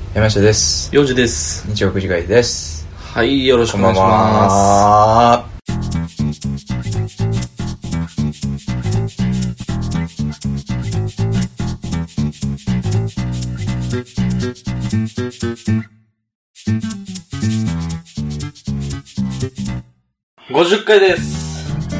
山下です。 4時です。 日曜9時会です。 はい、よろしくお願いします。50回です。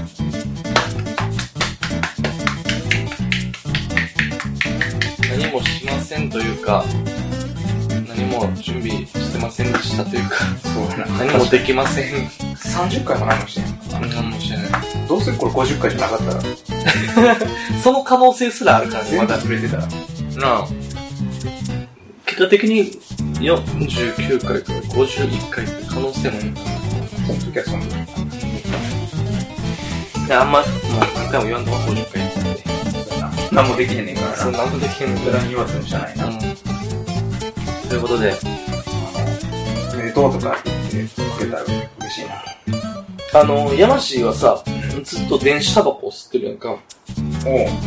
何もしませんというか、何も準備してませんでしたというか、 そうだな。 何もできません。 30回も何もしてないのかな。 何もしてない。 どうするこれ50回じゃなかったらその可能性すらあるからね、 まだ触れてたら。なあ。 結果的に49回から51回って可能性もいいかな。 その時はそんな。 いや、あんま、もう何回も言わんとこ50回って言って。 何もできへんねんからな。 そう、何もできへんねんから。 言わずもしゃないな。 ということで、 おめでとうとか言ってくれたら嬉しいな。 山氏はさ、ずっと電子タバコを吸ってるやんか。 おう。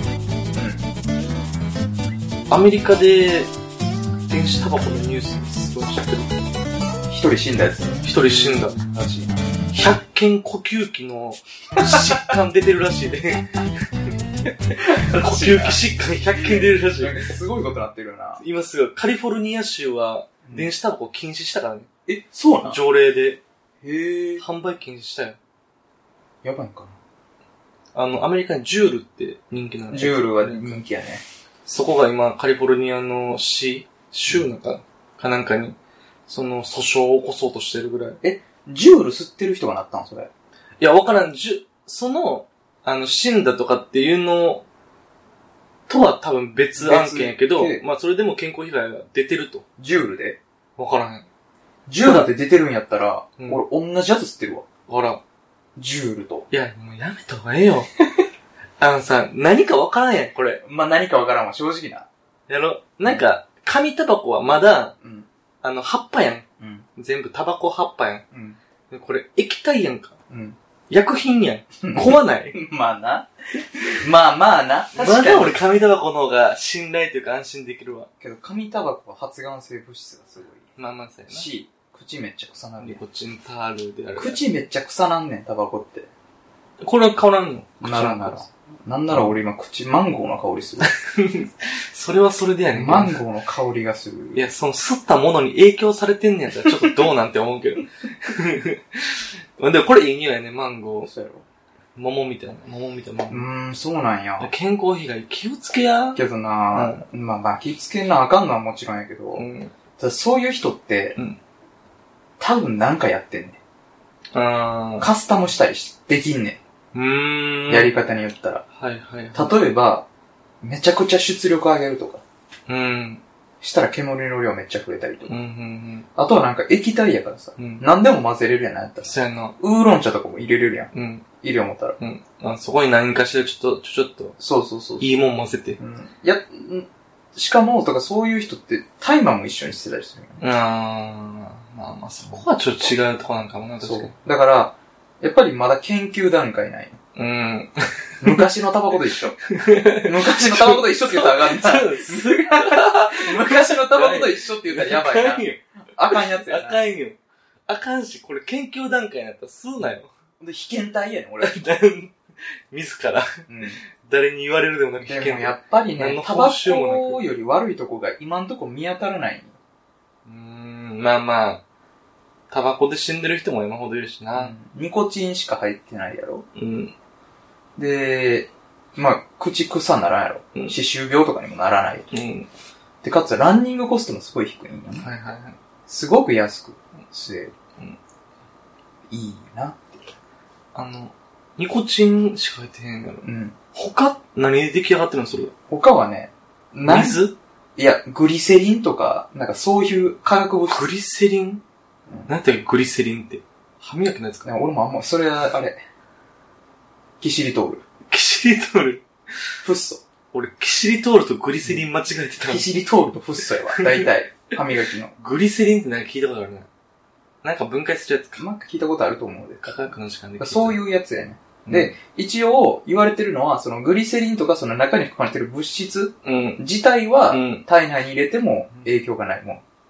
アメリカで電子タバコのニュースすごい知ってる。 一人死んだやつ一人死んだ。 らしいな。 100件呼吸器の疾患出てるらしいで。呼吸器疾患100件出るらしい。 すごいことなってるよな。 今すぐカリフォルニア州は電子タバコを禁止したからね。 え、そうなの？ 条例で。 へえ。 販売禁止したよ。 やばいんかな。アメリカにジュールって人気なの。 ジュールは人気やね。 そこが今カリフォルニアの州なんかに、その訴訟を起こそうとしてるぐらい。 え、ジュール吸ってる人がなったんそれ。 いや、わからん。死んだとかっていうのとは多分別案件やけど、まあそれでも健康被害が出てると。 ジュールでわからへん。 ジュールって出てるんやったら、俺同じやつ吸ってるわ。 ほら。 ジュールと。 いや、もうやめた方がええよ。さ、何かわからんやん、これ。 まあ、何かわからんわ、正直な。 やろ？なんか、紙タバコはまだ、葉っぱやん。全部タバコ葉っぱやん。これ、液体やんか。薬品やん。怖ないまあな。まあな。 確かに。まだ俺紙タバコの方が信頼というか安心できるわ。 けど紙タバコは発がん性物質がすごい。 まあそうやな。 口めっちゃ臭なんねん。 ニコチンタールである。 口めっちゃ臭なんねん、タバコって。 これは変わらんの？ なら。なんなら俺今マンゴーの香りする。 それはそれでやねん。 マンゴーの香りがする。 いや、その吸ったものに影響されてんねやったらちょっとどうなんて思うけど。でもこれいい匂いやね、マンゴー。 そうやろ。 桃みたいな。 そうなんや。 健康被害気をつけや。 けどな、まあ気をつけなあかんのはもちろんやけど、ただそういう人って、多分なんかやってんねん。カスタムしたりできんねん。やり方によったら。例えば、めちゃくちゃ出力上げるとか。したら煙の量めっちゃ増えたりとか。あとはなんか液体やからさ。何でも混ぜれるやん、なんやったら。 そうやな。 ウーロン茶とかも入れれるやん。入れ思ったら。 そこに何かしらちょっと。 そう。 いいもん混ぜて。 しかも、とかそういう人って、大麻も一緒にしてたりするよね。 まあ、そこはちょっと違うとこなんかもな、確かに。そう。 だから、やっぱりまだ研究段階ない。昔のタバコと一緒。昔のタバコと一緒って言ったらあかんな。昔のタバコと一緒って言ったらやばいな。あかんやつやな。 あかんよ。あかんし、これ研究段階になったら吸うなよ。 で、被験体やねん、俺。 自ら。誰に言われるでもなく被験体。 でもやっぱりね、タバコより悪いとこが今んとこ見当たらない。 まあ、タバコで死んでる人も今ほどいるしな。 ニコチンしか入ってないやろ。で、まあ、口臭ならんやろ。歯周病とかにもならない。で、かつランニングコストもすごい低いんよね。すごく安く吸える。いいなって。 ニコチンしか入ってへんやろ。他、何で出来上がってるのそれ？ 他はね、 水？ いや、グリセリンとか、なんかそういう化学物質。 グリセリン？なんていうグリセリンって。歯磨きのやつか？ 俺もあんま、それは、あれ。キシリトール。 キシリトール？ フッ素。 俺、キシリトールとグリセリン間違えてた。 キシリトールとフッ素やわ。大体。歯磨きの。 グリセリンってなんか聞いたことあるな。なんか分解するやつか。 なんか聞いたことあると思うで。 科学の時間で。 そういうやつやね。で、一応言われてるのは、そのグリセリンとかその中に含まれてる物質自体は体内に入れても影響がないも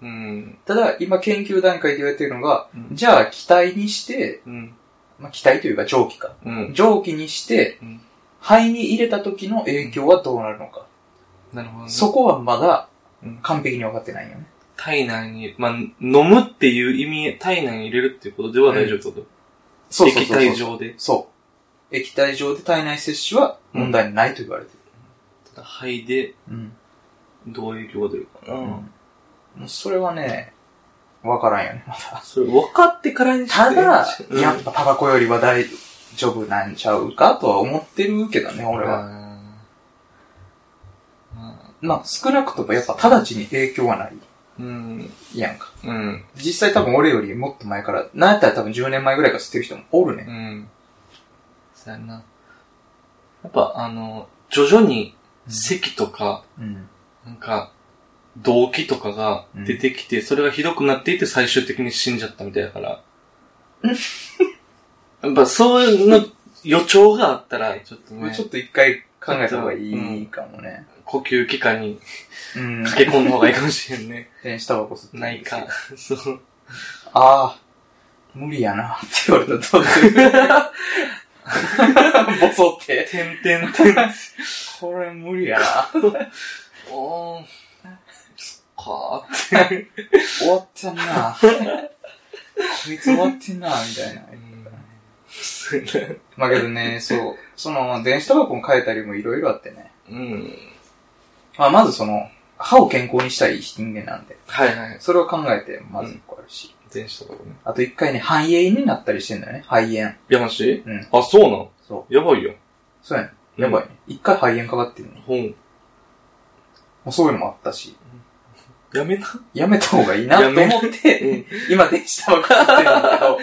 うん、ただ、今研究段階で言われているのが、うん、じゃあ気体にして、うん、まあ、気体というか蒸気か。うん、蒸気にして、うん、肺に入れた時の影響はどうなるのか。なるほど、ね。そこはまだ完璧に分かってないよね。 体内に、まあ、飲むっていう意味、体内に入れるっていうことでは大丈夫ってこと、うん、そうそうそうそう。液体状で。 そう。液体状で体内摂取は問題ないと言われてる。 ただ肺で、どういう影響が出るかな。 もうそれはね、わからんよね、まだ。 それ分かってからにして。 ただ、やっぱタバコよりは大丈夫なんちゃうかとは思ってるけどね、俺は。まあ、少なくともやっぱ直ちに影響はない。うん。やんか。うん。実際多分俺よりもっと前から、なんやったら多分10年前ぐらいから吸ってる人もおるね。うん。 そうやな。やっぱ徐々に咳とか、うん、なんか、動悸とかが出てきて、それがひどくなっていて最終的に死んじゃったみたいだから。やっぱそういうの予兆があったら、ちょっとね。 ちょっと一回考えた方がいいかもね。 呼吸器官に駆け込んだ方がいいかもしれんね。 電子タバコ吸ってないか。そう。 ああ、無理やなって言われたらどうするボソって。 てんてんてん。 これ無理やな。 おー、そっかーって。 終わってんな。こいつ終わってんな、みたいな。まあけどね、そう。電子タバコも変えたりもいろいろあってね。うん。まあ、まず歯を健康にしたい人間なんで。はいはい。それを考えて、まず一個あるし。 電子タバコね。 あと一回ね、肺炎になったりしてんだよね。肺炎。 やまし？うん。あ、そうなの？そう。やばいよ。 そうやね。やばいね。一回肺炎かかってるの。ほん。もうそういうのもあったし。 やめた方がいいなと思って、今電子タバコ吸ってるんだけど。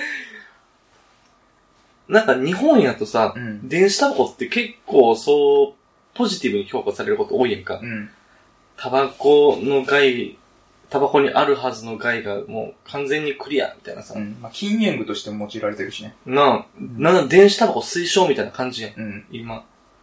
なんか日本やとさ、電子タバコって結構ポジティブに評価されること多いやんか。うん。タバコにあるはずの害がもう完全にクリアみたいなさ。 うん。まあ、禁煙具としても用いられてるしね。 電子タバコ推奨みたいな感じやん。うん。今。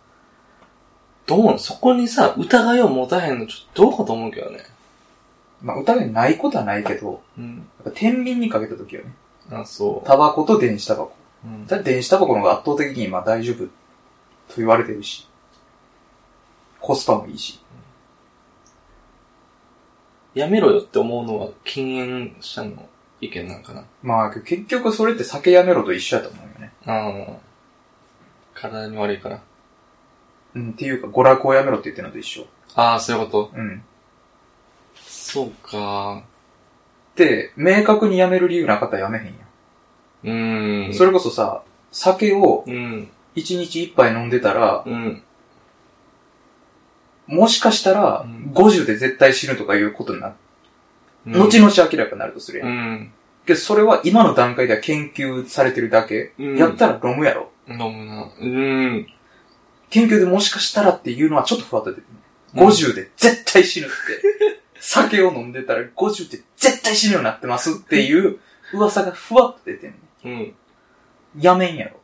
そこにさ、疑いを持たへんのちょっとどうかと思うけどね。 まあ、疑いないことはないけど、うん。やっぱ天秤にかけたときはね。 あ、そう。 タバコと電子タバコ。うん。だって電子タバコの方が圧倒的にまあ大丈夫と言われてるし。コスパもいいし。 やめろよって思うのは禁煙者の意見なんかな。 まあ結局それって酒やめろと一緒やと思うよね。 ああ。体に悪いから。 うん、っていうか娯楽をやめろって言ってるのと一緒。 ああ、そういうこと。うん。そうか。 で、明確にやめる理由なかったらやめへんやん。それこそさ、酒を一日一杯飲んでたら、もしかしたら、50で絶対死ぬとかいうことになる。後々明らかになるとするやん。けど、それは今の段階では研究されてるだけ。やったら飲むやろ。 飲むな。 研究でもしかしたらっていうのはちょっとふわっと出てる。50で絶対死ぬって。酒を飲んでたら50で絶対死ぬようになってますっていう噂がふわっと出てんね。やめんやろ。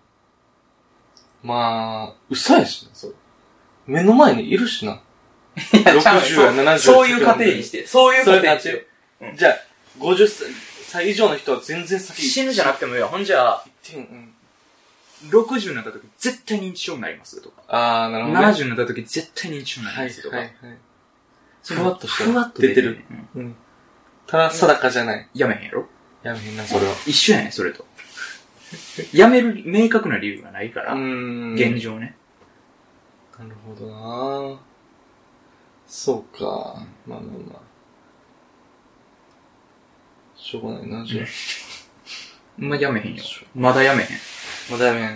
まあ、嘘やしな、それ。目の前にいるしな。 いや、60や70そういう過程にして。そういう過程にして。 じゃあ、50歳以上の人は全然先死ぬじゃなくてもいいよ。ほんじゃあ、60になった時絶対認知症になりますとか。 ああ、なるほど、 ね。70になった時絶対認知症になりますとか。はいはいはい。 ふわっとした。ふわっと出てる。うん。ただ定かじゃない。 やめへんやろ？ やめへんな、それは。 一緒やねん、それと。やめる明確な理由がないから。現状ね。 なるほどな。そうか。まあまあまあ。しょうがないな、じゃあ。 まあ、やめへんよ。まだやめへん。 まだやめへん。うん。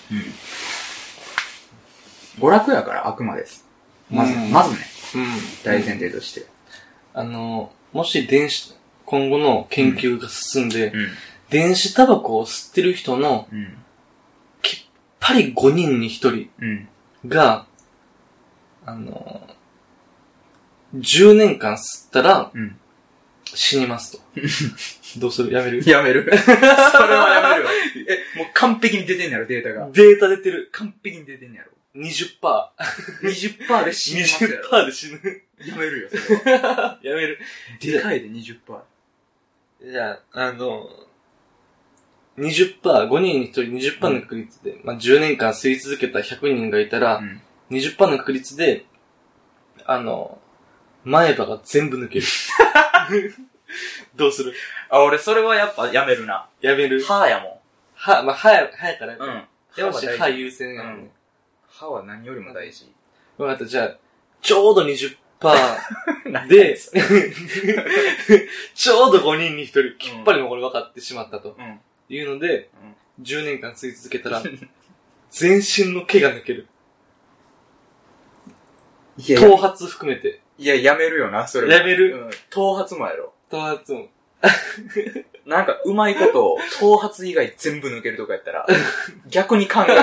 娯楽やから、あくまで。まずね。大前提として。 もし今後の研究が進んで、電子タバコを吸ってる人の、きっぱり5人に1人が、10年間吸ったら、死にますと。どうする？やめる？ やめる。それはやめるわ。もう完璧に出てんやろ、データが。 データ出てる。 完璧に出てんやろ。 20%。 20% で死ぬ。 20% で死ぬ。 やめるよ、それは。 やめる。 でかいで 20%。 じゃあ、20%、5人に1人 20% の確率で、まあ、10年間吸い続けた100人がいたら、20% の確率で、前歯が全部抜ける。どうする？ 俺それはやっぱやめるな。 やめる？ 歯やもん。 まあ、歯やから。 うん。 やし、歯優先やもんね。 歯は何よりも大事。 わかった、じゃあ、ちょうど 20% で、ちょうど5人に1人、きっぱりもこれ分かってしまったと。いうので、10年間吸い続けたら、全身の毛が抜ける。頭髪含めて。 いや、やめるよな、それは。 やめる？ 頭髪もやろ。 頭髪も。 なんか、うまいこと、頭髪以外全部抜けるとかやったら、逆に考える。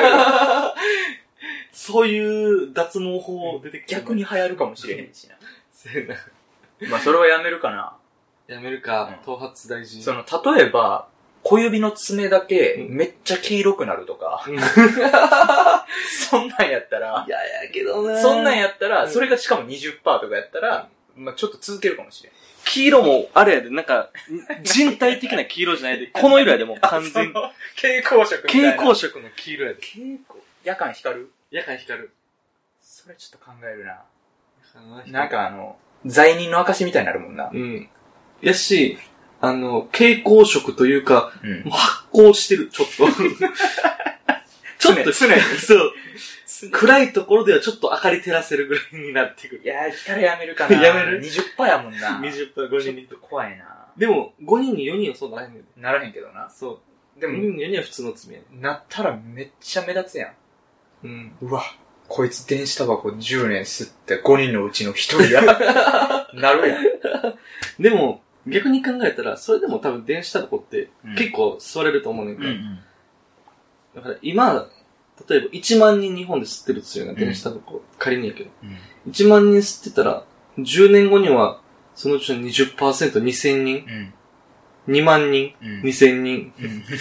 そういう脱毛法出てきて逆に流行るかもしれへんしな。 そうやな。 まあ、それはやめるかな。 やめるか、頭髪大事。 例えば、小指の爪だけ、めっちゃ黄色くなるとか。そんなんやったら、 いやけどな。 そんなんやったら、それがしかも 20% とかやったら、まあちょっと続けるかもしれん。 黄色も、あれやで、なんか、人体的な黄色じゃないで、この色やでもう完全に。 蛍光色みたいな。 蛍光色の黄色やで。 夜間光る？ 夜間光る。 それちょっと考えるな。なんか罪人の証みたいになるもんな。 うん。やし、蛍光色というか、もう発光してる、ちょっと。ちょっと常に。そう。暗いところではちょっと明かり照らせるぐらいになってくる。 いやー、光やめるかな。 やめる？ 20% やもんな。 20%、5人に。 怖いな。 でも、5人に4人はそうならへんねん。 ならへんけどな。 そう。 でも、 5人に4人は普通の爪やねなったらめっちゃ目立つやん。 うん。 うわ、こいつ電子タバコ10年吸って5人のうちの1人や。なるやん。 でも、逆に考えたら、それでも多分電子タバコって結構吸われると思うねんから。だから今、例えば1万人日本で吸ってるとするような電子タバコ、仮にやけど。1万人吸ってたら、10年後には、そのうちの 20%2000 人、2万人、2000人。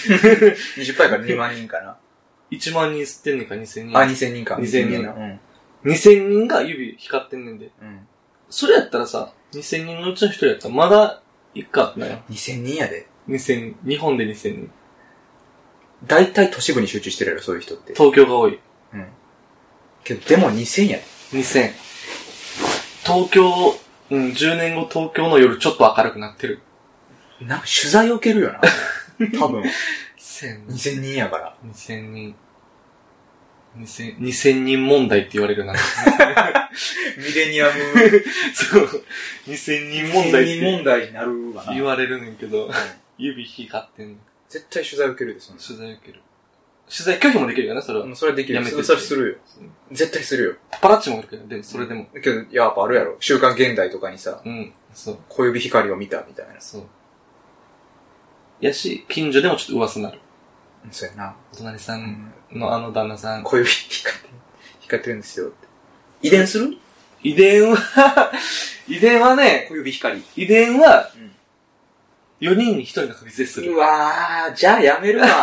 20% から2万人かな。 1万人吸ってんねんか2000人。 あ、2000人か。 2000人。2000人が指光ってんねんで。それやったらさ、2000人のうちの1人やったらまだいっかってなよ。 2000人やで。 2000、日本で2000人。 大体都市部に集中してるやろ、そういう人って。 東京が多い。 けど、でも2000やで。 2000。東京、10年後東京の夜ちょっと明るくなってる。 なんか取材を受けるよな。多分。2000人やから。 2000人。2000人問題って言われるな。 ミレニアム。 そう。2000人問題って。 2000人問題になるわな。 言われるねんけど、指光ってんねん。 絶対取材受けるで、そんな。 取材受ける。取材拒否もできるよね、それは。 それはできる。 やめて。 それするよ。絶対するよ。 パパラッチもおるけど、でもそれでも。 けど、やっぱあるやろ。週刊現代とかにさ、 そう。 小指光を見たみたいな。 そう。やし、近所でもちょっと噂なる。 そうやな。 お隣さんの旦那さん。 小指光ってるんですよって。遺伝する？ 遺伝はね、 小指光。 遺伝は、4人に1人の確率でする。 うわー、じゃあやめるわ。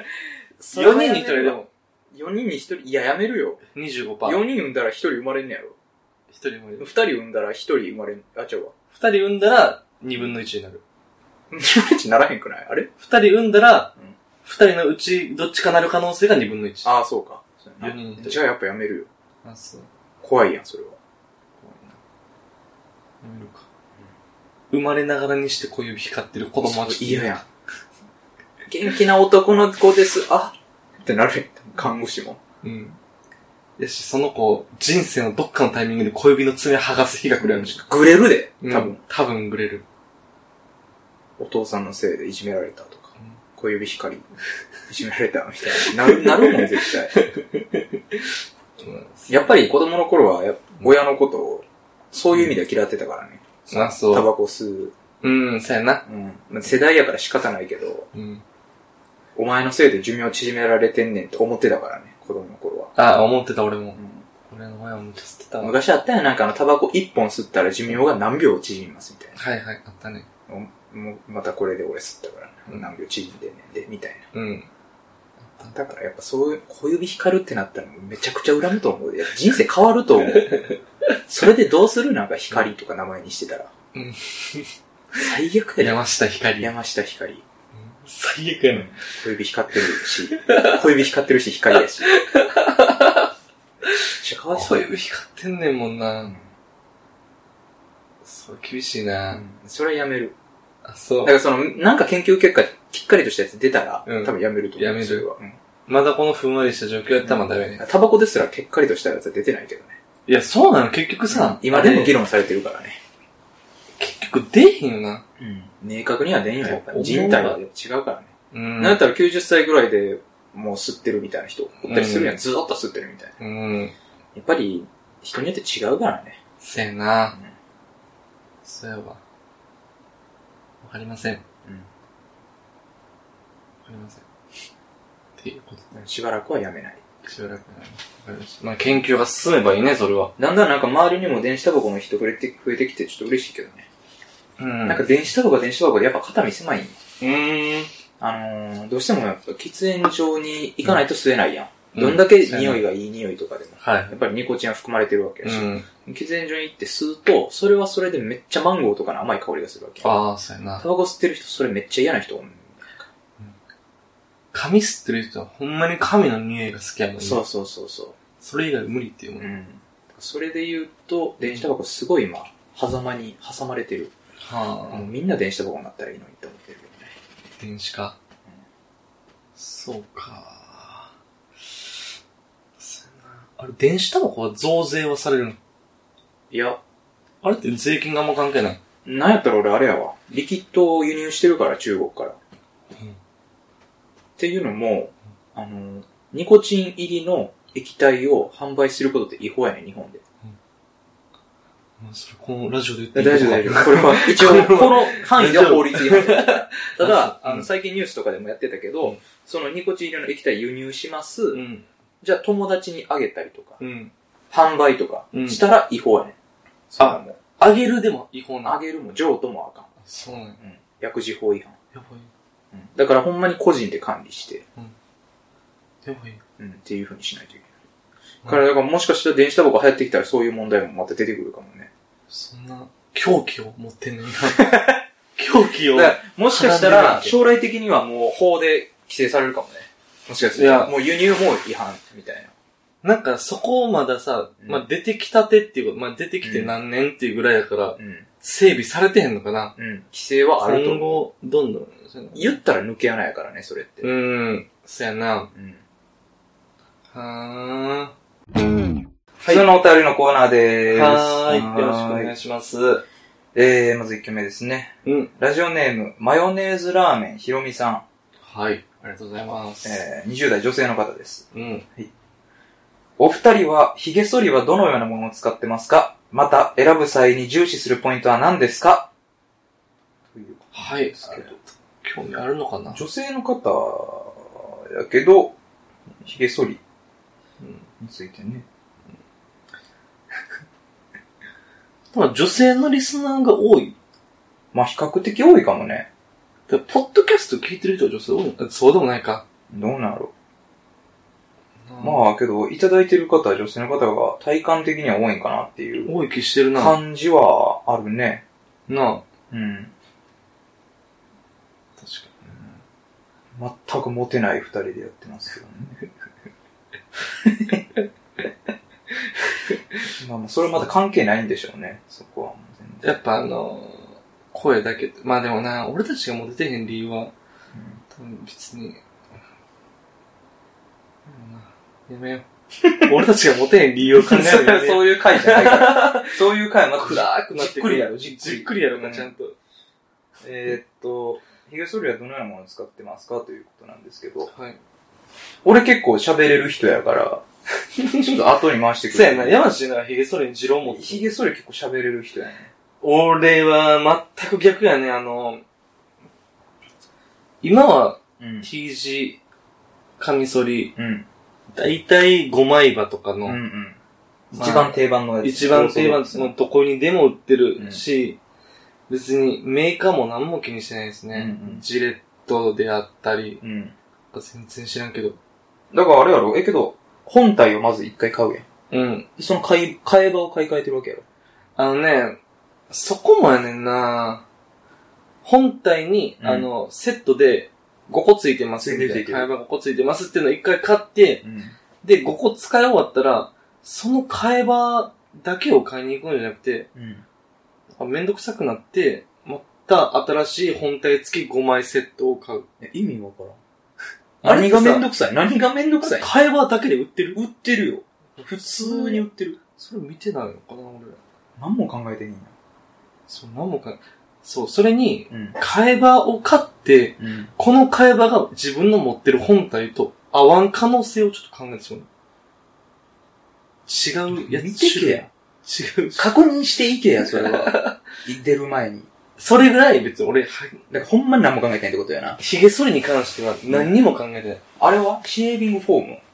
4人に1人でも。 4人に1人、いややめるよ。 25%。 4人産んだら1人生まれんねやろ。 1人生まれる。 2人産んだら1人生まれん、あ、ちゃうわ。 2人産んだら2分の1になる。 2分の1ならへんくないあれ ?2 人産んだら、2人のうちどっちかなる可能性が2分の1。 ああ、そうか。 4人に1人。 じゃあやっぱやめるよ。 あ、そう。 怖いやん、それは。 怖いな。やめるか。生まれながらにして小指光ってる子供はちょっと嫌やん。元気な男の子です。あってなるやん。看護師も。 やし、その子、人生のどっかのタイミングで小指の爪剥がす日が来るやん。 ぐれるで。 多分ぐれる。 お父さんのせいでいじめられたとか。小指光いじめられたみたいな。なるもん、絶対。やっぱり子供の頃は、親のことを、そういう意味では嫌ってたからね。 あ、そう。 タバコ吸う。 そうやな。 世代やから仕方ないけど、お前のせいで寿命縮められてんねんって思ってたからね、子供の頃は。 あ、思ってた俺も。俺の親もめっちゃ吸ってたわ。 昔あったやん、なんかタバコ1本吸ったら寿命が何秒縮みますみたいな。 はいはい、あったね。 もうまたこれで俺吸ったから、何秒縮んでんねんで、みたいな。 だからやっぱそういう小指光るってなったらめちゃくちゃ恨むと思う。人生変わると思う。それでどうするなんか光とか名前にしてたら。うん、最悪や。 山下光。 山下光。 最悪やな。 小指光ってるし、小指光ってるし光やし。 小指光ってんねんもんな。うん、そう、厳しいな、うん。 それはやめる。 あ、そう。 だからなんか研究結果、きっかりとしたやつ出たら、うん、多分やめると思う。 やめる。うん、まだこのふんわりした状況やったらまだダメね。 タバコですらきっかりとしたやつは出てないけどね。 いや、そうなの、結局さ、 うん。今でも議論されてるからね。 結局出へんよな。 うん。明確には出んよ、やっぱり。人体は違うからね。うん。なんだったら90歳ぐらいでもう吸ってるみたいな人、おったりするやん。ずーっと吸ってるみたいな。うん。やっぱり、人によって違うからね。 せやな。うん。そうやわ。わかりません。うん。わかりません。っていうことで。 しばらくはやめない。 しばらくはやめない。わかりました。まあ、研究が進めばいいね、それは。 だんだんなんか周りにも電子タバコの人増えてきてちょっと嬉しいけどね。うん。なんか電子タバコでやっぱ肩身狭いんよ。どうしてもやっぱ喫煙所に行かないと吸えないやん。どんだけ匂いがいい匂いとかでも。はい。やっぱりニコチンは含まれてるわけやし。喫煙所に行って吸うと、それはそれでめっちゃマンゴーとかの甘い香りがするわけ。 ああ、そうやな。 タバコ吸ってる人、それめっちゃ嫌な人おる。 髪吸ってる人はほんまに髪の匂いが好きやもんね。 そう。 それ以外無理っていうもん。 うん。それで言うと、電子タバコすごい今、狭間に挟まれてる。はあ。もうみんな電子タバコになったらいいのにって思ってるよね。 電子化。そうか。あれ、電子タバコは増税はされるの？ いや。 あれって税金があんま関係ない？ なんやったら俺あれやわ。リキッドを輸入してるから、中国から。っていうのも、ニコチン入りの液体を販売することって違法やねん、日本で。 それ、このラジオで言っていい？ 大丈夫。これは、一応、この範囲では法律違反。ただ、最近ニュースとかでもやってたけど、そのニコチン入りの液体輸入します。じゃあ友達にあげたりとか、販売とかしたら違法やねん。 あ、あげるでも違法な。 あげるも譲渡もあかん。 そうね。 薬事法違反。やばい。だからほんまに個人で管理して。 やばい。 っていう風にしないといけない。だからもしかしたら電子タバコ流行ってきたらそういう問題もまた出てくるかもね。 そんな狂気を持ってんのにな。狂気を。 もしかしたら将来的にはもう法で規制されるかもね。もしかしたらもう輸入も違反みたいな。なんかそこをまださ、まあ出てきたてっていうか、まあ出てきて何年っていうぐらいだから、整備されてへんのかな。 規制はあると思う。 今後、どんどん。 言ったら抜け穴やからね、それって。 そやな。 はい。普通のお便りのコーナーでーす。 はーい。よろしくお願いします。まず 1件目ですね。ラジオネーム、マヨネーズラーメンひろみさん。 はい。ありがとうございます。 20代女性の方です。はい。お二人は、髭剃りはどのようなものを使ってますか？また、選ぶ際に重視するポイントは何ですか？ということですけど。興味あるのかな？ 女性の方やけど、髭剃りについてね。 女性のリスナーが多い。 まあ、比較的多いかもね。 ポッドキャスト聞いてる人は女性多いの？そうでもないか。 どうなんやろ。まあ、けど、いただいてる方は女性の方が体感的には多いんかなっていう。 多い気してるな。 感じはあるね。 なあ。 確かに。全くモテない二人でやってますけどね。まあ、それまだ関係ないんでしょうね、そこはもう全然。やっぱ声だけ、まあでもな、俺たちがモテてへん理由は、多分別に、やめよう。俺たちがモテへん理由を考えるよね。 そういう回じゃないから。そういう回はま暗くなってくる。じっくりやろうか、ちゃんと。 髭剃りはどのようなものを使ってますかということなんですけど。はい。俺結構喋れる人やから、ちょっと後に回してくれ。そうやな、山地が髭剃りに持論持って。 髭剃り結構喋れる人やね。 俺は全く逆やね、今は、T 字、カミソリ、だいたい5枚刃とかの、 一番定番のやつ。 一番定番のどこにでも売ってるし、別にメーカーも何も気にしてないですね。ジレットであったり、全然知らんけど、 だからあれやろ、けど、本体をまず一回買うやん。 うん。 その替え刃を買い替えてるわけやろ。 そこもやねんな。本体に、セットで5個ついてますみたいな。替え刃5個ついてますっていうのを一回買って、で、5個使い終わったら、その替え刃だけを買いに行くんじゃなくて、めんどくさくなって、また新しい本体付き5枚セットを買う。 意味わからん。何がめんどくさい替え刃だけで売ってるよ。普通に売ってる。 それ見てないのかな、俺。 何も考えてへんやん。 それに、替え刃を買って、この替え刃が自分の持ってる本体と合わん可能性をちょっと考えてしまう。違うやつ。 見てけや。 違う。 確認していけや、それは。出る前に。 それぐらい別に俺、 だからほんまに何も考えてないってことやな。 髭剃りに関しては何にも考えてない。 あれはシェービングフォーム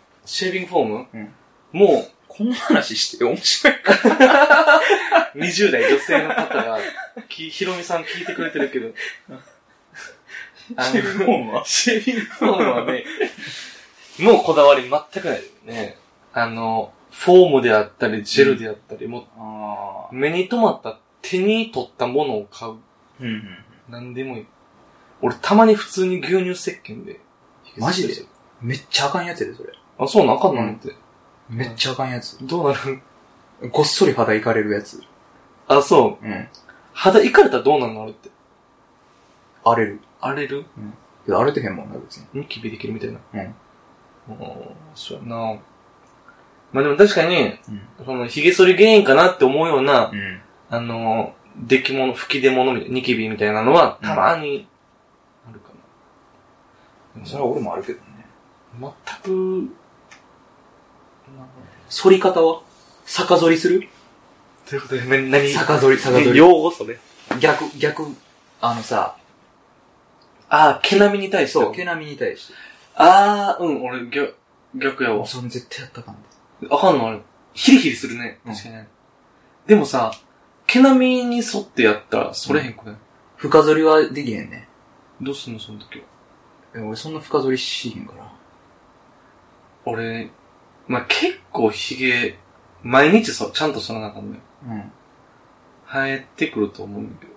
もう、 こんな話して面白いか 20代女性の方が、ひろみさん聞いてくれてるけど。 シェービングフォームはね、もうこだわり全くないね。フォームであったり、ジェルであったり、もう、目に留まった手に取ったものを買う。何でもいい。俺たまに普通に牛乳石鹸で。 マジでめっちゃあかんやつやで、それ。 あ、そうなんあかんなんって。 めっちゃあかんやつ。 どうなる？ ごっそり肌いかれるやつ。 あ、そう。肌いかれたらどうなるのあれって。 荒れる。 荒れる？ 荒れてへんもんな、別に。 ニキビできるみたいな。そうやな。まあでも確かに、その、髭剃り原因かなって思うような、出来物、吹き出物、ニキビみたいなのは、たまに、あるかな。それは俺もあるけどね。 全く、 剃り方は逆剃りする？ ということで、何？ 逆剃り。 用語それ。 逆、 毛並みに対して。 そう、毛並みに対して。 俺、逆やわ。 それ絶対やったかんで。 あかんのあれ。ヒリヒリするね。確かにね。でもさ、毛並みに沿ってやったら、それへんくない？ 深剃りはできへんね。 どうすんのその時は。 俺そんな深剃りしへんから。 俺、結構髭、毎日ちゃんとその中で、生えてくると思うんだけど。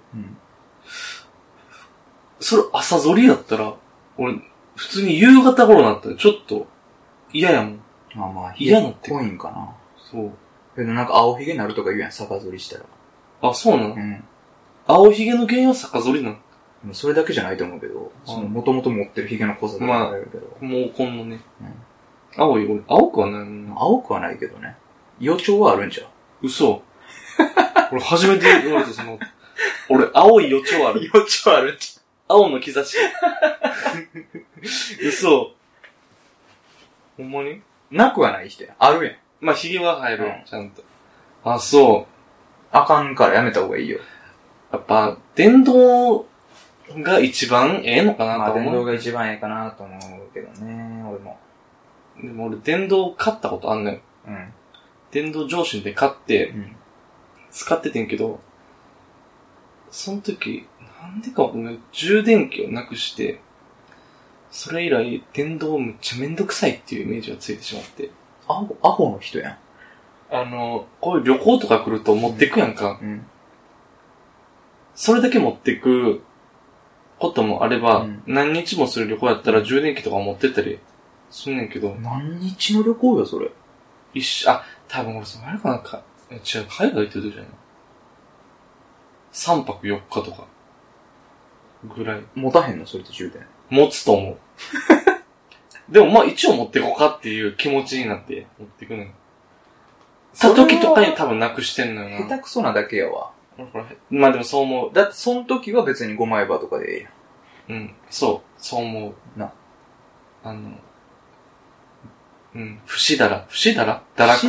それ朝剃りやったら、俺、普通に夕方頃になったらちょっと嫌やもん。嫌なって。 濃いんかな。 そう。 けどなんか青ひげになるとか言うやん、逆剃りしたら。 あ、そうなの？青ひげの原因は逆剃りなの？ それだけじゃないと思うけど、もともと持ってるひげの濃さとかあるけど。 毛根のね。俺、青くはないもんな。 青くはないけどね。予兆はあるんじゃん。 嘘。俺初めて言われた俺、青い予兆ある。 予兆あるんじゃん。青の兆し。嘘。ほんまに？ なくはないして。あるやん。 髭は生える、ちゃんと。あ、そう。 あかんからやめた方がいいよ。 やっぱ、電動が一番ええのかなと思う。 電動が一番ええかなと思うけどね、俺も。 でも俺、電動買ったことあんのよ。電動上心で買って、使っててんけど、その時、なんでか俺、充電器をなくして、それ以来、電動めっちゃめんどくさいっていうイメージがついてしまって。 アホの人やん。 こういう旅行とか来ると持ってくやんか。それだけ持ってくこともあれば、何日もする旅行やったら充電器とか持ってったりすんねんけど。 何日の旅行よ、それ。 多分俺あれかな違う、海外行ってる時じゃないの ?3 泊4日とか。ぐらい。 持たへんのそれって充電。 持つと思う。でも一応持ってこうかっていう気持ちになって持ってくのよ。た時とかに多分なくしてんのよな。 下手くそなだけやわ。 でもそう思う。 だってその時は別に5枚刃とかでええやん。そう思う。節だら堕落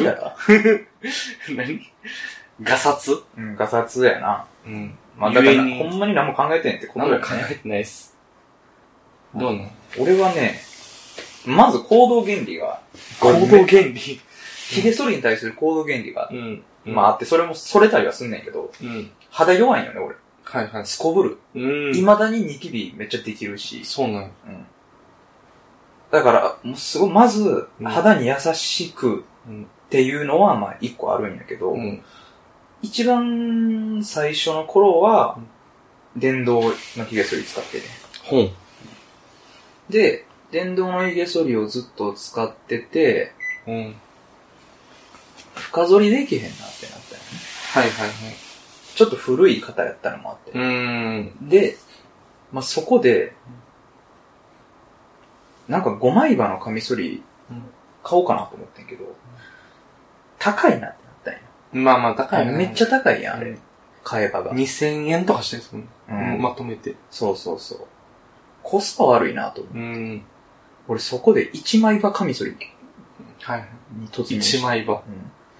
何ガサツガサツやな。だからほんまに何も考えてんってことだよね。 何も考えてないっす。どうなの？ 俺はね、まず行動原理が。 行動原理？ 髭剃りに対する行動原理が、あって、それも剃れたりはすんねんけど、肌弱いんよね、俺。 はいはい。 すこぶる。未だにニキビめっちゃできるし。 そうなん。 だから、もうすごい、まず、肌に優しくっていうのは、まあ、一個あるんやけど、一番最初の頃は、電動の髭剃り使ってね。で、電動の髭剃りをずっと使ってて、深剃りできへんなってなったよね。 はいはいはい。 ちょっと古い方やったのもあって。で、まあ、そこで、なんか5枚刃のカミソリ買おうかなと思ってんけど、高いなってなったんや。 まあまあ高いな。 めっちゃ高いやん、あれ。買えばが。 2000円とかしてるんですもん。まとめて。 そうそうそう。コスパ悪いなと思って。俺そこで1枚刃カミソリに突入して。 1枚刃。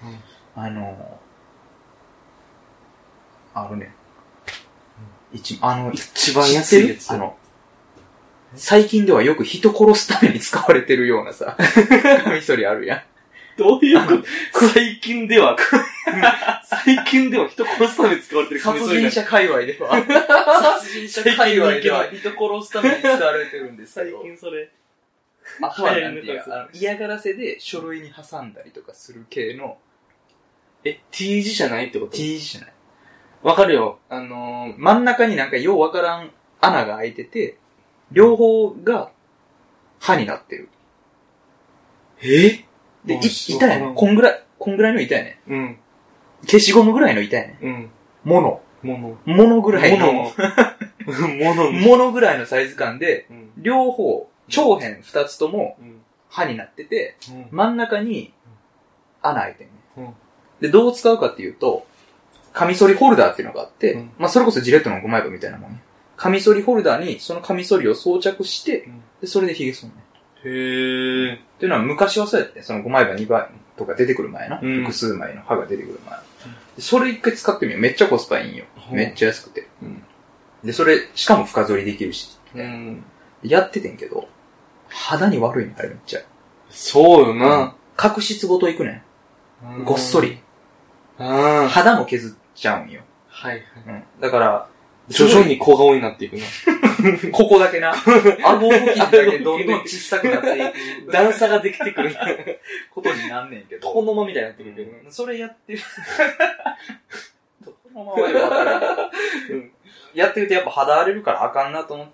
あるね。 一番安いやつ。 最近ではよく人殺すために使われてるようなさ、カミソリあるやん。 どういうこと最近では人殺すために使われてるカミソリ。 殺人者界隈では。殺人者界隈では人殺すために使われてるんですけど。 最近それ。 あとはなんていうか、嫌がらせで書類に挟んだりとかする系の。 T 字じゃないってこと？ T 字じゃない。 わかるよ。 真ん中になんかようわからん穴が開いてて、両方が刃になってる。で、板やねん。こんぐらいの板やねん。消しゴムぐらいの板やねん。ものぐらいの。ものぐらいのサイズ感で、両方、長辺二つとも刃になってて、真ん中に穴開いてんね。で、どう使うかっていうと、カミソリホルダーっていうのがあって、まあそれこそジレットの5枚刃みたいなもんね。カミソリホルダーにそのカミソリを装着して、でそれで髭剃んね。っていうのは昔はそうやって、その5枚刃2倍とか出てくる前な。複数枚の刃が出てくる前。それ一回使ってみよう。めっちゃコスパいいんよ。めっちゃ安くて。で、それ、しかも深剃りできるし。やっててんけど、肌に悪いね、あれめっちゃ。 そうよな。 角質ごといくねん。ごっそり。肌も削っちゃうんよ。だから、 徐々に小顔になっていくな。 ここだけな。顎付近だけどんどん小さくなっていく。 段差ができてくることになんねんけど。 床の間みたいになってくるけど。それやってる。床の間はわかるけど。やってるとやっぱ肌荒れるからあかんなと思って、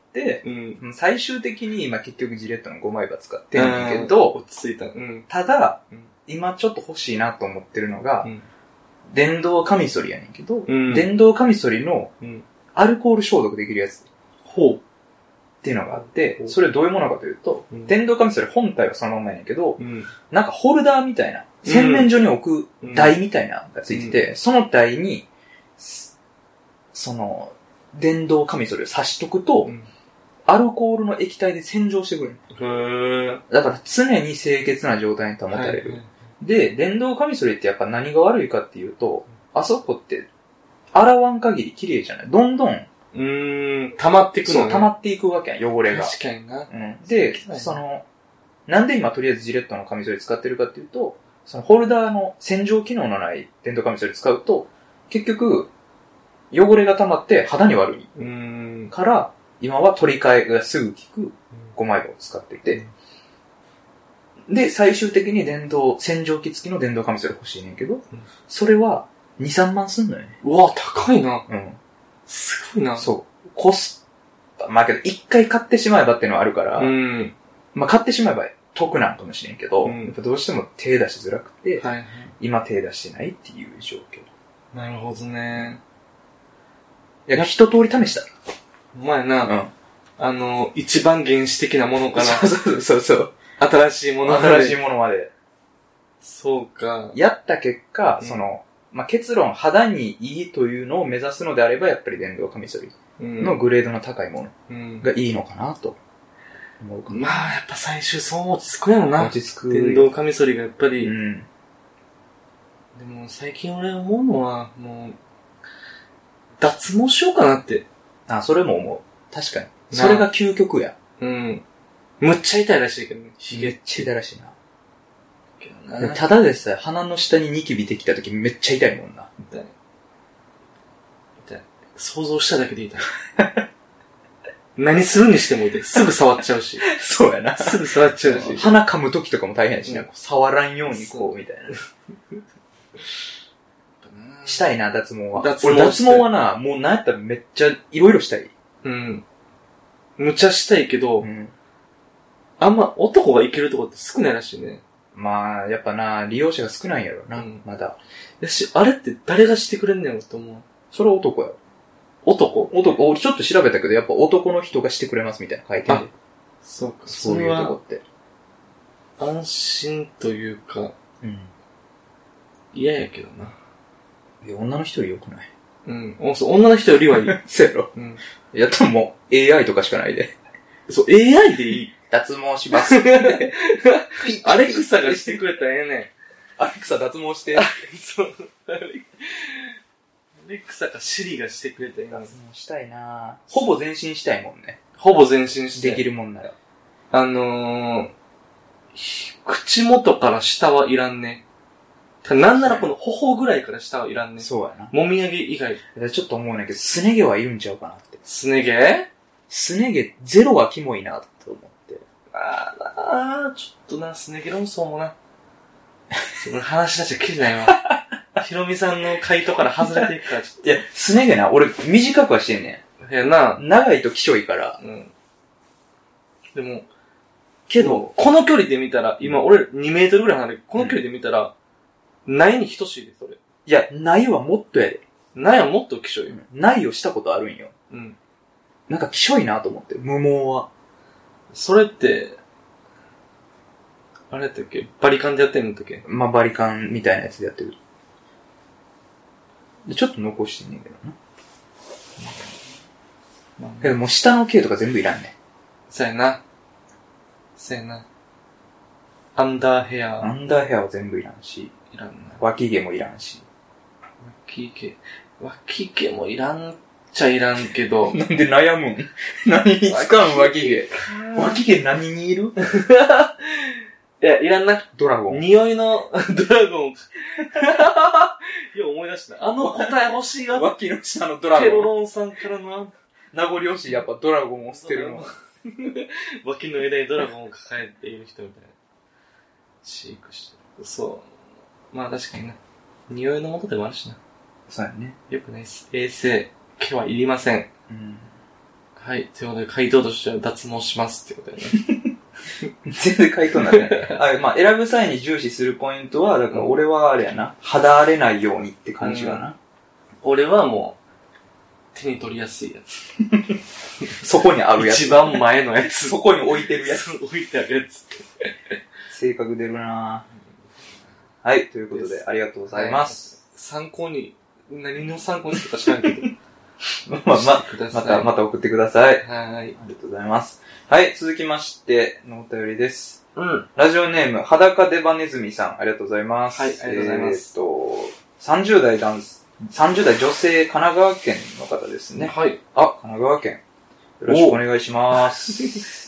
最終的に今結局ジレットの5枚刃使ってるんだけど、 落ち着いた。 ただ、今ちょっと欲しいなと思ってるのが、電動カミソリやねんけど、電動カミソリのアルコール消毒できるやつっていうのがあって、それどういうものかというと、電動カミソリ本体はそのままやねんけど、なんかホルダーみたいな、洗面所に置く台みたいなのがついてて、その台に、その、電動カミソリを差しとくと、アルコールの液体で洗浄してくれる。だから常に清潔な状態に保たれる。で、電動カミソリってやっぱ何が悪いかっていうと、あそこって洗わん限り綺麗じゃない。どんどん、 溜まっていくのね。 そう、溜まっていくわけやん、汚れが。 確かにな。 で、なんで今とりあえずジレットのカミソリ使ってるかっていうと、そのホルダーの洗浄機能のない電動カミソリ使うと、結局、汚れが溜まって肌に悪い。から、今は取り替えがすぐ効く5枚刃を使っていて、で、最終的に洗浄機付きの電動カミソリ欲しいねんけど、それは2、3万すんのよね。 うわ、高いな。すごいな。 そう。まあけど、一回買ってしまえばっていうのはあるから、まあ買ってしまえば得なんかもしれんけど、やっぱどうしても手出しづらくて、今手出してないっていう状況。 なるほどね。 いや、一通り試した。 お前な、一番原始的なものから、 そう。 新しいものまで。 そうか。 やった結果、まあ、結論、肌にいいというのを目指すのであれば、やっぱり電動カミソリのグレードの高いものがいいのかなと思うかな。 まあ、やっぱ最終そう落ち着くやろな。 落ち着く。 電動カミソリがやっぱり。でも最近俺思うのは、もう、脱毛しようかなって。 あ、それも思う。確かに。それが究極や。 むっちゃ痛いらしいけどね。 めっちゃ痛いらしいな。ただでさえ鼻の下にニキビできた時めっちゃ痛いもんな。 痛い。想像しただけで痛い。 何するにしてもいいで、すぐ触っちゃうし。 そうやな。 すぐ触っちゃうし。 鼻噛むときとかも大変やしな、触らんようにこう、みたいな。したいな、脱毛は。脱毛はな、もうなんやったらめっちゃいろいろしたい。 うん。むちゃしたいけど、あんま男が行けるとこって少ないらしいね。 まあ、やっぱな、利用者が少ないんやろな、まだ。 あれって誰がしてくれんねんと思う。 それは男や。男、俺ちょっと調べたけど、やっぱ男の人がしてくれますみたいな書いてる。 そうか、 そういうとこって。 安心というか、嫌やけどな。 女の人より良くない？ 女の人よりはいい。 そうやろ。やったらもう AI とかしかないで。 そう、AI でいい。 脱毛します。 アレクサがしてくれたらええねん。 アレクサ脱毛して。 そう。アレクサかシリがしてくれたらええねん。 脱毛したいなぁ。ほぼ全身したいもんね。 ほぼ全身して。 できるもんなら。 口元から下はいらんね。なんならこの頬ぐらいから下はいらんね。 そうやな。 もみあげ以外。 ちょっと思うんだけど、すね毛はいるんちゃうかなって。 すね毛すね毛ゼロはキモいなと思って。 ちょっとな、すね毛論争もな。話し出しちゃきりないわ。ひろみさんの回答から外れていくから、ちょっと。 いや、すね毛な、俺短くはしてんねん。いやな。 長いときしょいから。 でも、けど、この距離で見たら、今俺2メートルぐらい離れる。この距離で見たら、ないに等しいで、それ。 いや、ないはもっとやで。 ないはもっときしょいよ。 ないをしたことあるんよ。なんかきしょいなと思って、無毛は。 それって、あれやったっけ？バリカンでやってんのだっけ？ まあ、バリカンみたいなやつでやってる。でちょっと残してんねんけどな。けどもう下の毛とか全部いらんねん。 そうやな。そうやな。アンダーヘアは全部いらんし。 いらんな。 脇毛もいらんし。 脇毛もいらんっちゃいらんけど。 なんで悩むん？何に使うん脇毛。脇毛何にいる？ いや、いらんな。 ドラゴン。 匂いの、ドラゴン。いや、思い出した。あの答え欲しいわ。 脇の下のドラゴン。 ケロロンさんからの。 名残惜しい、やっぱドラゴンを捨てるの。 脇の枝にドラゴンを抱えている人みたいな。飼育してる。そう。まあ確かにな。匂いの元でもあるしな。 そうやね。 よくないです。衛生、毛はいりません。はい。ということで、回答としては脱毛しますってことだよね。 全然回答になってない。まあ、選ぶ際に重視するポイントは、だから俺はあれやな。肌荒れないようにって感じかな。 俺はもう、手に取りやすいやつ。そこにあるやつ。 一番前のやつ。 そこに置いてるやつ。 置いてあるやつ。 性格出るなぁ。はい、ということで、ありがとうございます。 参考に、何の参考にするか知らんけど。 また送ってください。 はい。 ありがとうございます。はい、続きましてのお便りです。ラジオネーム、裸デバネズミさん、ありがとうござよます。 はい、ありがとうございます。 30代女性、神奈川県の方ですね。 はい。 神奈川県。よろしくお願いします。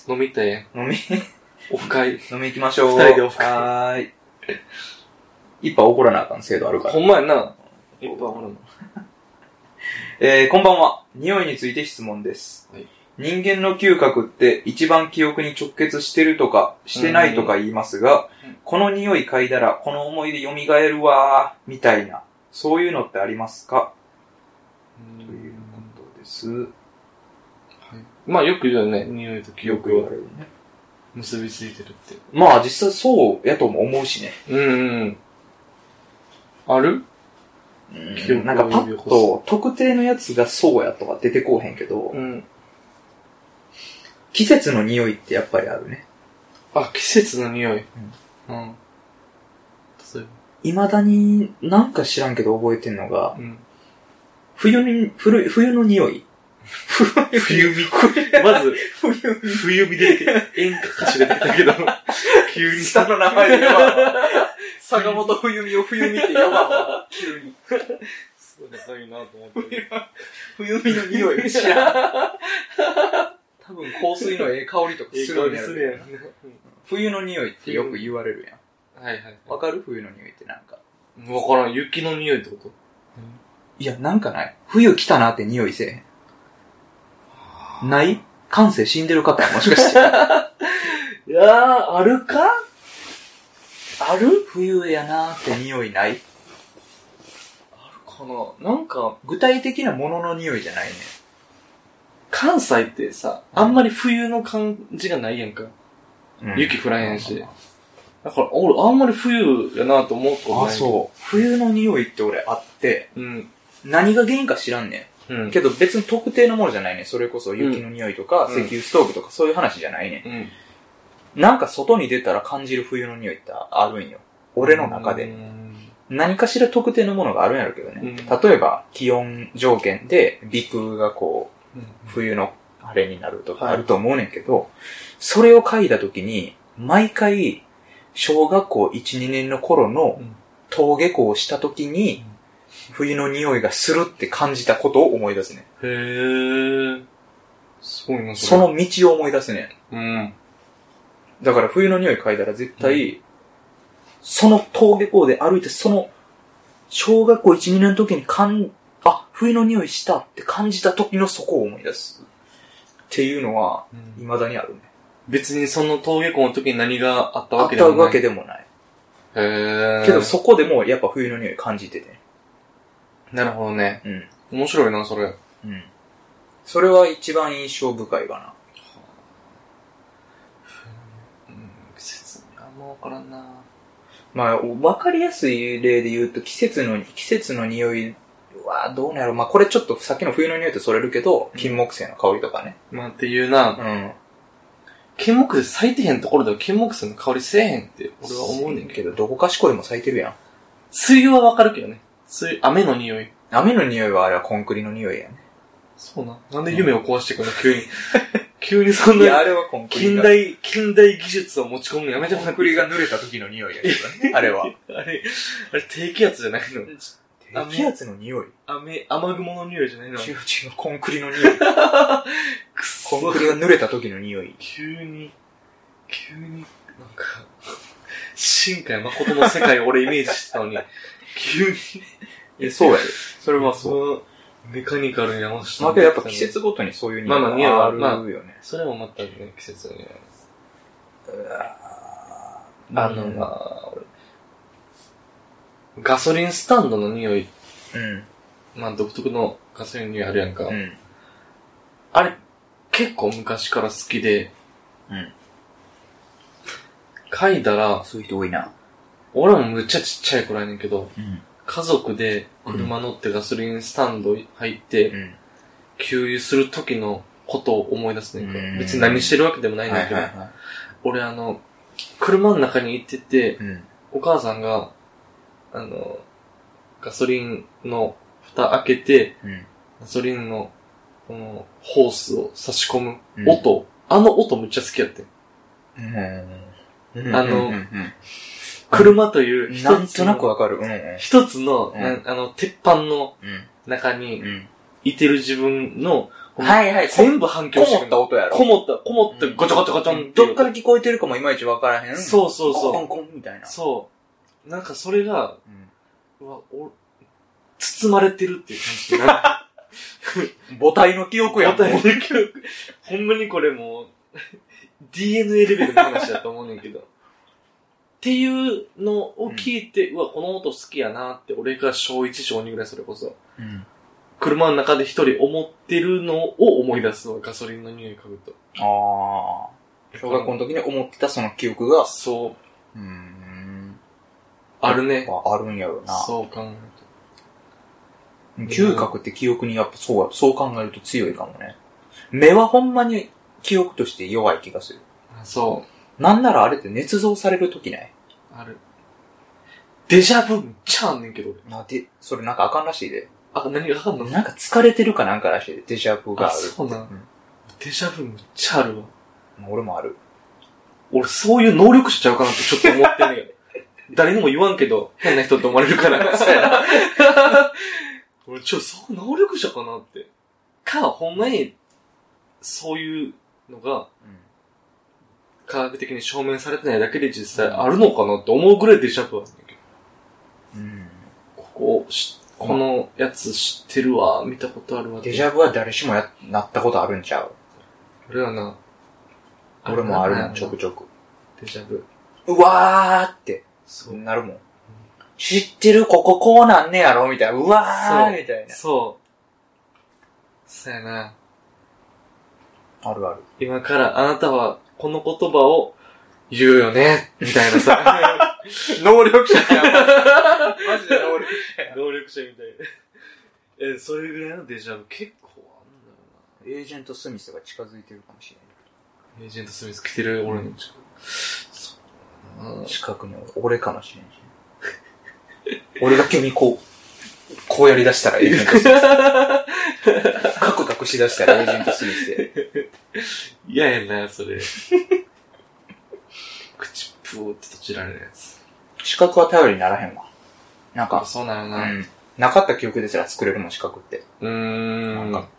飲み行ったやん。オフ会。 飲み行きましょう。 二人でオフ会。 はーい。一杯怒らなあかん制度あるから。 ほんまやな。一杯怒らな。 こんばんは。匂いについて質問です。はい、人間の嗅覚って一番記憶に直結してるとか、してないとか言いますが、この匂い嗅いだらこの思い出蘇るわー、みたいな、そういうのってありますか？ということです。はい、 まあよく言うよね、匂いと記憶は。 よく言われるね。 結びついてるって。 まあ実際そうやとも思うしね。 ある？ なんかパッと特定のやつがそうやとか出てこうへんけど、季節の匂いってやっぱりあるね。 季節の匂い。例えば。 未だになんか知らんけど覚えてんのが、冬の匂い。 冬見。まず、冬見出てきて、演歌歌手出てきたけど、 急に下の名前で坂本冬美を冬美って呼ばんわ、急に。 そう仲いいなと思って。 冬美の匂い知らん。多分香水の香りとかするんやろ。冬の匂いってよく言われるやん。 はいはい。 わかる？冬の匂いってなんか。 わからん。雪の匂いってこと？ いや、なんかない。冬来たなって匂いせえへん。ない？ 感性死んでる方もしかして。 いやー、あるか？ある？ 冬やなーって匂いない？ あるかな？なんか、 具体的なものの匂いじゃないね。 関西ってさ、あんまり冬の感じがないやんか。 うん、 雪降らへんし。だから、俺、あんまり冬やなと思うことない。 あ、そう。冬の匂いって俺あって、 うん、 何が原因か知らんねん。うん、けど別に特定のものじゃないねん。それこそ雪の匂いとか、石油ストーブとかそういう話じゃないねん。うん、なんか外に出たら感じる冬の匂いってあるんよ。俺の中で。何かしら特定のものがあるんやろうけどね。例えば、気温条件で、鼻腔がこう、冬のあれになるとかあると思うねんけど、はい、それを嗅いだ時に、毎回、小学校1、2年の頃の登下校をした時に、冬の匂いがするって感じたことを思い出すね。 へー。すごいな、 その道を思い出すね。 うん。 だから冬の匂い嗅いだら絶対、その登下校で歩いて、その、小学校1、2年の時に冬の匂いしたって感じた時のそこを思い出す。っていうのは、未だにあるね。 別にその登下校の時に何があったわけでもない。 あったわけでもない。 へー。 けどそこでもやっぱ冬の匂い感じてて。 なるほどね。 うん。 面白いな、それ。 うん。それは一番印象深いかな。 季節あんまわからんな。 まあ、わかりやすい例で言うと、季節の匂いはどうなんやろ。まあ、これちょっとさっきの冬の匂いとそれるけど、金木犀の香りとかね。 まあ、っていうな。 うん。 金木犀咲いてへんところでは金木犀の香りせえへんって俺は思うねんけど。 どこかしこでも咲いてるやん。 梅雨はわかるけどね。雨の匂い。 雨の匂いはあれはコンクリの匂いやね。 そうな。なんで夢を壊してくの、急に。急にそんな。 いや、あれはコンクリ。 近代技術を持ち込むのやめてもらって。 コンクリが濡れた時の匂いやけどね。あれは。 あれ低気圧じゃないの？ 低気圧の匂い？ 雨雲の匂いじゃないの？ 違う、コンクリの匂い。コンクリが濡れた時の匂い。 急に、なんか、新海誠の世界を俺イメージしてたのに、急に。 そうやで。それはそう。 メカニカルに合わせて。 まあ、やっぱ季節ごとにそういう匂いがあるよね。 それもまたね、季節の匂い。ガソリンスタンドの匂い。 うん。 まあ、独特のガソリンの匂いあるやんか。 うん。 あれ、結構昔から好きで。 うん。 嗅いだら、 そういう人多いな。 俺もむっちゃちっちゃい頃やねんけど、 うん、 家族で車乗ってガソリンスタンド入って、うん、給油する時のことを思い出すねんか。別に何してるわけでもないんだけど、俺車の中に行ってて、お母さんが、ガソリンの蓋開けて、ガソリンの、この、ホースを差し込む音、あの音むっちゃ好きやってん。車という一つの、なんとなくわかる。 一つの、鉄板の中に、いてる自分の、 はいはい。 全部反響してる。 こもった音やろ。 こもって、ごちょごちょごちょんって。 どっから聞こえてるかもいまいちわからへん。 そうそうそう。 コンコンみたいな。 そう。なんかそれが、包まれてるっていう感じ。母体の記憶やん。 母体の記憶。ほんまにこれもう、DNA レベルの話だと思うねんけど。っていうのを聞いて、この音好きやなって、俺が小1、小2ぐらいそれこそ。車の中で一人思ってるのを思い出すわ、ガソリンの匂い嗅ぐと。 ああ。小学校の時に思ってたその記憶が。 そう。あるね。 あるんやろな。 そう考えると。嗅覚って記憶にやっぱそう考えると強いかもね。目はほんまに記憶として弱い気がする。 そう。 なんならあれって捏造される時ない？ ある。デジャブめっちゃあんねんけど。 それなんかあかんらしいで。 何があかんの？ なんか疲れてるかなんからしいで、デジャブがある。 そうなん。デジャブめっちゃあるわ。 俺もある。 俺そういう能力者ちゃうかなってちょっと思ってんねんけど。誰にも言わんけど、変な人って思われるから。そうやな。俺そう能力者かなって。ほんまに、そういうのが、科学的に証明されてないだけで実際あるのかなって思うぐらいデジャブはあるんだけど。このやつ知ってるわ、見たことあるわ。 デジャブは誰しもなったことあるんちゃう？ あれはな。 俺もあるもん、ちょくちょく。 デジャブ。 うわーって、そうなるもん。知ってる、ここうなんねやろみたいな。うわーみたいな。 そうやな。 あるある。 今からあなたはこの言葉を言うよねみたいなさ。 能力者やマジで能力者や。 能力者みたいな。それぐらいのデジャブ結構あるんだよな。エージェント・スミスが近づいてるかもしれない。エージェント・スミス来てる俺の近く。 近くに俺かもしれんし。俺が急にこうやり出したらエージェント・スミス。カクカクし出したらエージェント・スミスで。 嫌やな、それ。口プーって閉じられるやつ。 視覚は頼りにならへんわ。なんか。 そうなのな。うん。 なかった記憶ですら作れるもん、視覚って。 なんか。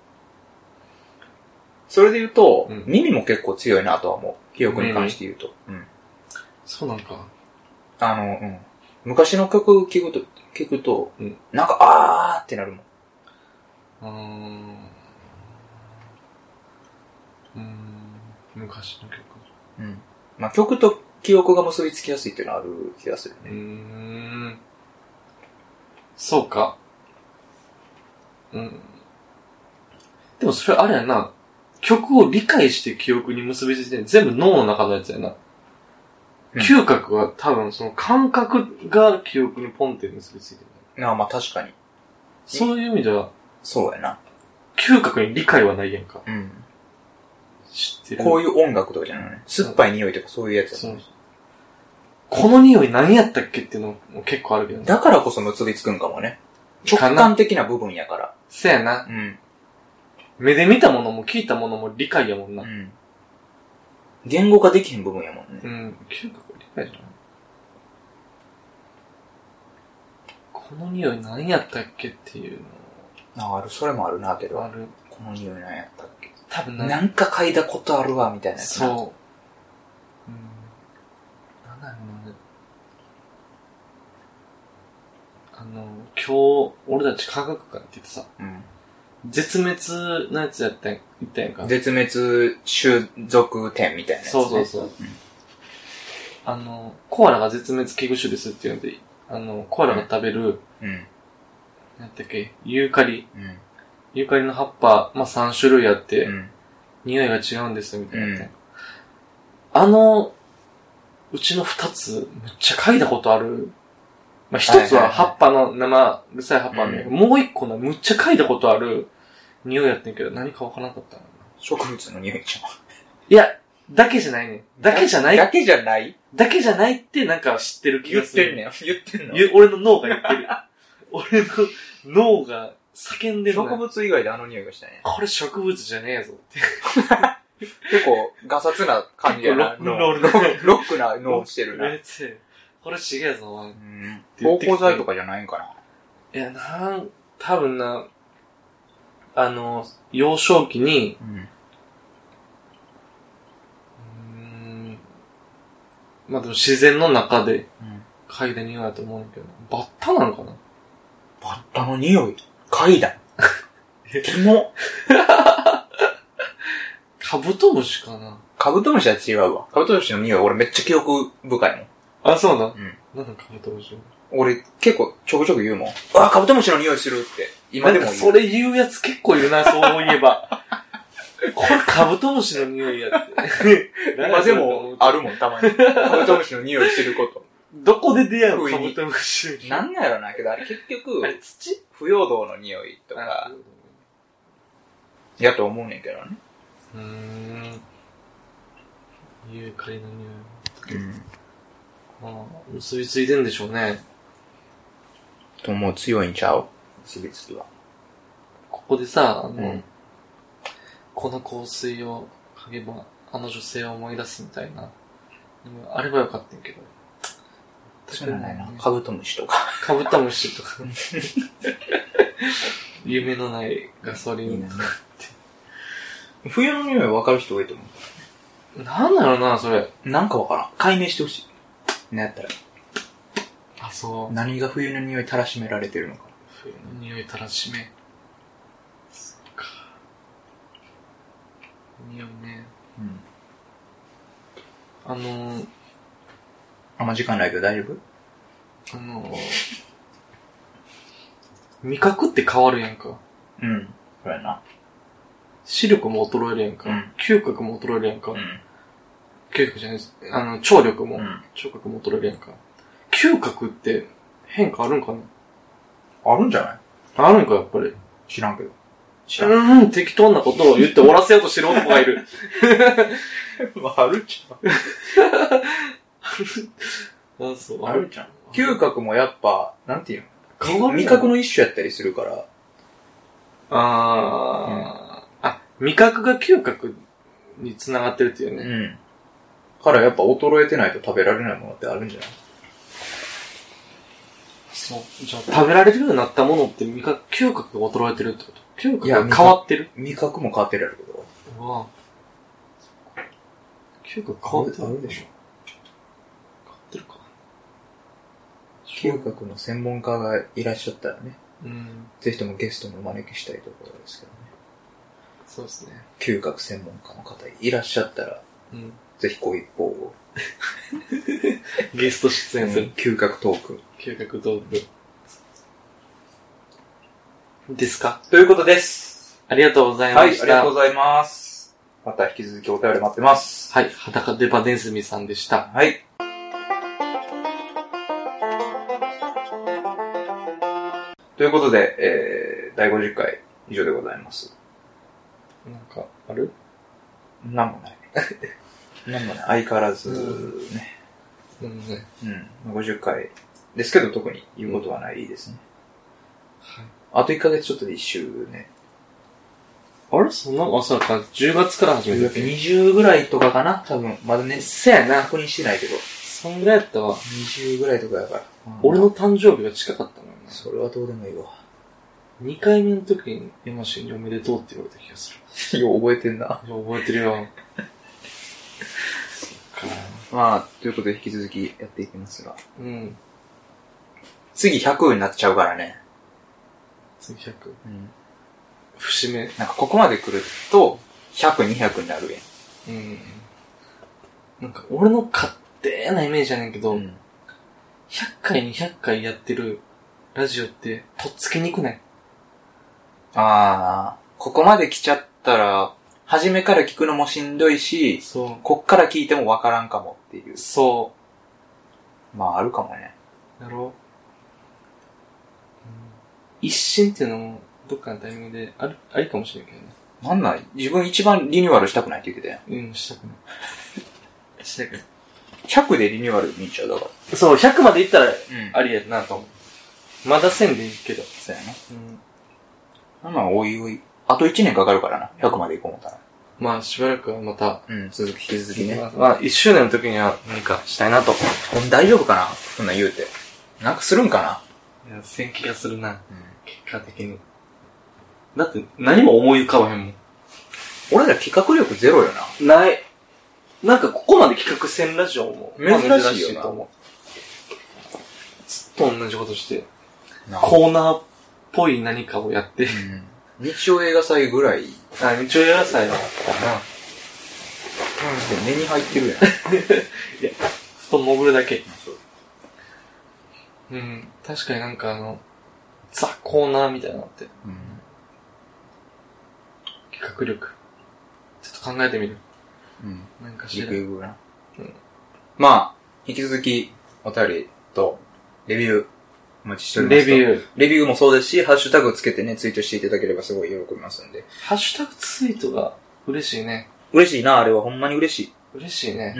それで言うと、耳も結構強いなとは思う。記憶に関して言うと。 そうなんか。 昔の曲聞くと、なんか、あーってなるもん。 昔の曲。 まあ、曲と記憶が結びつきやすいっていうのはある気がするね。 そうか。でもそれあれやな。曲を理解して記憶に結びついてる。全部脳の中のやつやな。嗅覚は多分その感覚が記憶にポンって結びついてる。 まあ確かに。 そういう意味では。 そうやな。 嗅覚に理解はないやんか。 知ってる。こういう音楽とかじゃないね。酸っぱい匂いとかそういうやつやね。 この匂い何やったっけっていうのも結構あるけどね。 だからこそ結びつくんかもね。直感的な部分やから。 そやな。目で見たものも聞いたものも理解やもんな。 言語化できへん部分やもんね。 嗅覚は理解じゃない。この匂い何やったっけっていうの。ある、それもあるなけど。 ある。 この匂い何やったっけ。 多分なんか嗅いだことあるわ、みたいなやつ。 そう。なんだろうね。今日、俺たち科学館って言ってさ、絶滅のやつ言ったやんか。 絶滅種族展みたいなやつ、ね。 そう。コアラが絶滅危惧種ですっていうので、コアラが食べる、なんだっけ、ユーカリ。ユーカリの葉っぱ、まあ、3種類あって、匂いが違うんですみたいな。うちの2つ、めっちゃ嗅いだことある。まあ、1つは葉っぱの生臭い葉っぱね、もう1個むっちゃ嗅いだことある匂いやってんけど、何かわからなかったな。 植物の匂いじゃん。 いや、だけじゃないね。だけじゃないってなんか知ってる気がする。 言ってんの俺の脳が言ってる。俺の脳が叫んでる。 植物以外であの匂いがしたね。 これ植物じゃねえぞって。 結構ガサツな感じやな。ロックな脳してるな。 これ違えぞ、 芳香剤とかじゃないんかな。 いや、多分な、幼少期に、まあでも自然の中で嗅いだ匂いだと思うんだけど、バッタなのかな？ バッタの匂い嗅いだ。キモ。 カブトムシかな？ カブトムシは違うわ。カブトムシの匂い俺めっちゃ記憶深いもん。 あ、そうだ。なんだカブトムシ？ 俺結構ちょくちょく言うもん。あ、カブトムシの匂いするって。今でも言う。 それ言うやつ結構いるな、そういえば。これカブトムシの匂いやって。 今でもあるもん、たまに。カブトムシの匂いすること。 どこで出会うのカブトムシ。 なんなんやろな、けどあれ結局、土腐葉土の匂いとか、やと思うねんけどね。 ユーカリの匂い。結びついてんでしょうね。 ともう強いんちゃう？結びつきは。 ここでさ、この香水を嗅げば、あの女性を思い出すみたいな。あればよかったんけど。 確かにないな。カブトムシとか。 カブトムシとか。夢のないガソリン。 冬の匂い分かる人多いと思う。なんだろうな、それ。 なんか分からん。解明してほしい。なんやったら。 あ、そう。 何が冬の匂いたらしめられてるのか。 冬の匂いたらしめ。そっか。 似合うね。 あんま時間ないけど大丈夫？ 味覚って変わるやんか。 うん。そうやな。 視力も衰えるやんか。嗅覚も衰えるやんか。嗅覚じゃないです。聴力も、聴覚も衰えるやんか。嗅覚って変化あるんかな？ あるんじゃない？ あるんか、やっぱり。 知らんけど。 適当なことを言って終わらせようとしてる男がいる。 あるじゃん。 あ、そう。 あるじゃん。嗅覚もやっぱ、なんていうの？味覚の一種やったりするから。 味覚が嗅覚に繋がってるっていうね。 からやっぱ衰えてないと食べられないものってあるんじゃない？ そう。じゃあ食べられるようになったものって嗅覚が衰えてるってこと？嗅覚が変わってる？ 味覚も変わってるやろけど。 嗅覚変わってる？ あるでしょ。 変わってるか。 嗅覚の専門家がいらっしゃったらね。ぜひともゲストもお招きしたいところですけどね。 そうですね。 嗅覚専門家の方いらっしゃったら、ぜひご一報を。 ゲスト出演する。 嗅覚トーク。 嗅覚トーク。ですか？ ということです。 ありがとうございました。 はい、ありがとうございます。また引き続きお便り待ってます。 はい、裸デバネズミさんでした。 はい。ということで、第50回以上でございます。 なんか、ある？ なんもない。なんもない。相変わらずね。50回ですけど特に言うことはないですね。はい。あと1ヶ月ちょっとで1周ね。 あれそんな、そうか、10月から始めたっけ？ 20ぐらいとかかな多分。まだね。 せやな。 確認してないけど。 そんぐらいやったわ。 20ぐらいとかやから。 俺の誕生日が近かったのよね。 それはどうでもいいわ。 2回目の時に山氏におめでとうって言われた気がする。よう覚えてんな。 よう覚えてるよ。そっか。 まあ、ということで引き続きやっていきますが。次100になっちゃうからね。 次100。節目。 なんかここまで来ると、100、200になるやん。 なんか俺の勝手なイメージやねんけど、100回200回やってるラジオってとっつきにくない？ ここまで来ちゃったら、初めから聞くのもしんどいし、こっから聞いてもわからんかもっていう。 そう。 まああるかもね。 やろう。一新っていうのも、どっかのタイミングでありかもしれんけどね。 なんなん自分一番リニューアルしたくないって言ってたやん。したくない。したくない。 100でリニューアル見ちゃうだから。そう、100までいったら、ありやなと思う。まだせんでいいけど。 そうやな。まあ、おいおい。あと1年かかるからな。100まで行こう思ったら。 まあ、しばらくはまた。 引き続きね。 まあ、1周年の時には何かしたいなと。 大丈夫かなそんな言うて。なんかするんかな？いや、せん気がするな。結果的に。だって、何も思い浮かばへんもん。 俺ら企画力ゼロよな。ない。なんかここまで企画せんラジオも珍しいよな。 と思う。ずっと同じことして、コーナーっぽい何かをやって。 日曜映画祭ぐらい。 日曜映画祭だったな。 根に入ってるやん。いや、布団潜るだけ。確かになんかザ・コーナーみたいなのって。企画力。ちょっと考えてみる。なんかしら。 まあ、引き続き、お便りと、レビュー、お待ちしております。レビューもそうですし、ハッシュタグをつけてね、ツイートしていただければすごい喜びますんで。 ハッシュタグツイートが嬉しいね。 嬉しいな、あれはほんまに嬉しい。 嬉しいね。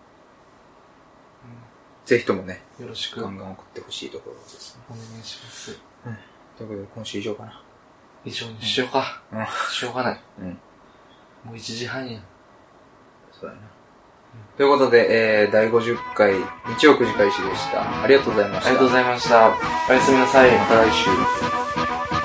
ぜひともね、 よろしく。 ガンガン送ってほしいところですね。 お願いします。 ということで、今週以上かな。 以上にしようか。しょうがない。もう1時半や。 そうだな。ということで、第50回、日曜9時開始でした。ありがとうございました。 ありがとうございました。おやすみなさい。 また来週。